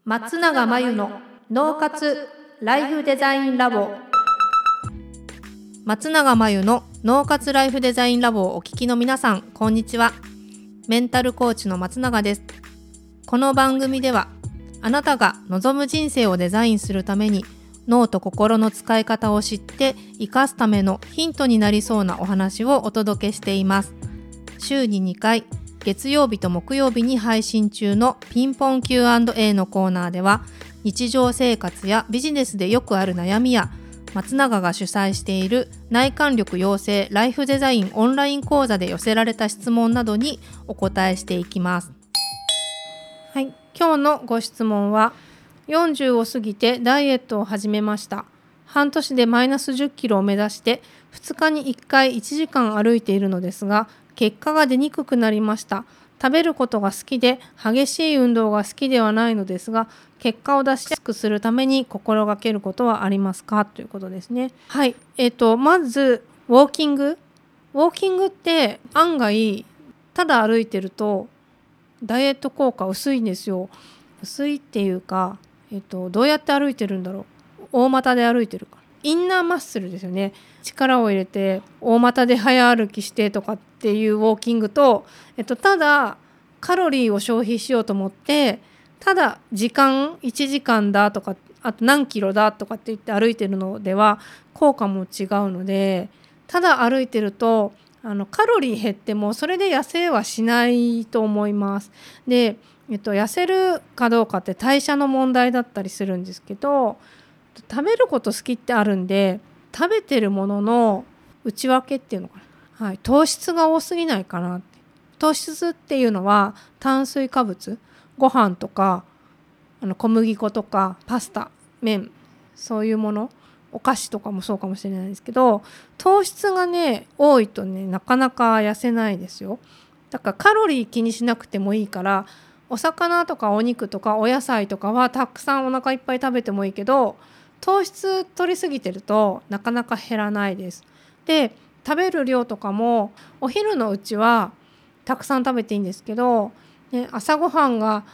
松永真由の脳活ライフデザインラボ。松永真由の脳活ライフデザインラボをお聞きの皆さん、こんにちは。メンタルコーチの松永です。この番組では、あなたが望む人生をデザインするために脳と心の使い方を知って生かすためのヒントになりそうなお話をお届けしています。週に2回、月曜日と木曜日に配信中のピンポン Q&A のコーナーでは、日常生活やビジネスでよくある悩みや、松永が主催している内観力養成ライフデザインオンライン講座で寄せられた質問などにお答えしていきます。はい、今日のご質問は、40を過ぎてダイエットを始めました。半年でマイナス10キロを目指して2日に1回1時間歩いているのですが、結果が出にくくなりました。食べることが好きで激しい運動が好きではないのですが、結果を出しやすくするために心がけることはありますか、ということですね。はい、まずウォーキングって案外ただ歩いてるとダイエット効果薄いんですよ。薄いっていうか、どうやって歩いてるんだろう。大股で歩いてるから、インナーマッスルですよね。力を入れて大股で早歩きしてとかっていうウォーキングと、ただカロリーを消費しようと思ってただ時間1時間だとか、あと何キロだとかって言って歩いてるのでは効果も違うので、ただ歩いてるとカロリー減ってもそれで痩せはしないと思います。で、痩せるかどうかって代謝の問題だったりするんですけど、食べること好きってあるんで、食べてるものの内訳っていうのかな、はい、糖質が多すぎないかなって。糖質っていうのは炭水化物、ご飯とか小麦粉とかパスタ、麺、そういうもの、お菓子とかもそうかもしれないですけど、糖質がね多いとねなかなか痩せないですよ。だからカロリー気にしなくてもいいから、お魚とかお肉とかお野菜とかはたくさんお腹いっぱい食べてもいいけど、糖質取りすぎてるとなかなか減らないです。で、食べる量とかもお昼のうちはたくさん食べていいんですけど、ね、朝ごはんが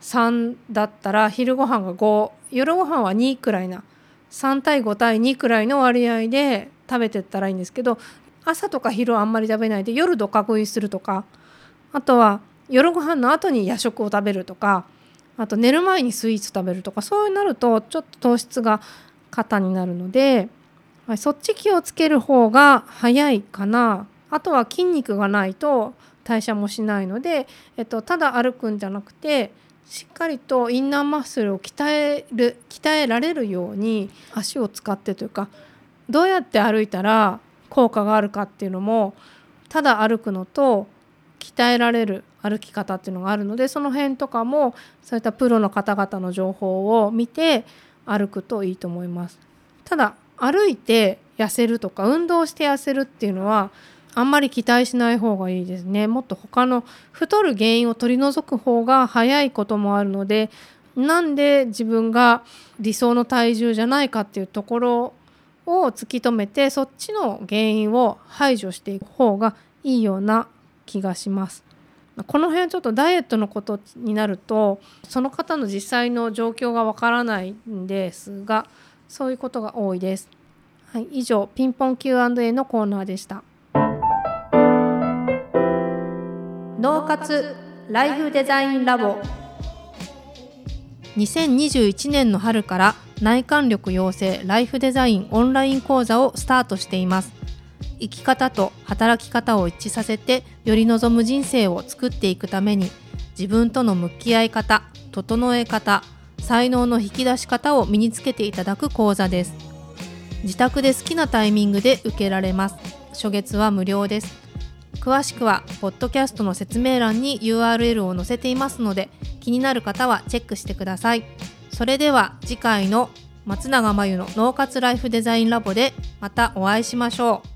3だったら昼ごはんが5、夜ごはんは2くらいな、3対5対2くらいの割合で食べてったらいいんですけど、朝とか昼はあんまり食べないで夜ドカ食いするとか、あとは夜ごはんの後に夜食を食べるとか、あと寝る前にスイーツ食べるとか、そうなるとちょっと糖質が過多になるので、そっち気をつける方が早いかな。あとは筋肉がないと代謝もしないので、ただ歩くんじゃなくて、しっかりとインナーマッスルを鍛えられるように足を使ってというか、どうやって歩いたら効果があるかっていうのも、ただ歩くのと鍛えられる歩き方っていうのがあるので、その辺とかもそういったプロの方々の情報を見て歩くといいと思います。ただ歩いて痩せるとか運動して痩せるっていうのはあんまり期待しない方がいいですね。もっと他の太る原因を取り除く方が早いこともあるので、なんで自分が理想の体重じゃないかっていうところを突き止めて、そっちの原因を排除していく方がいいような気がします。この辺ちょっとダイエットのことになると、その方の実際の状況がわからないんですが、そういうことが多いです。はい、以上ピンポン Q&A のコーナーでした。脳活ライフデザインラボ。2021年の春から内観力養成ライフデザインオンライン講座をスタートしています。生き方と働き方を一致させてより望む人生を作っていくために、自分との向き合い方、整え方、才能の引き出し方を身につけていただく講座です。自宅で好きなタイミングで受けられます。初月は無料です。詳しくはポッドキャストの説明欄に URL を載せていますので、気になる方はチェックしてください。それでは次回の松永真由の脳活ライフデザインラボでまたお会いしましょう。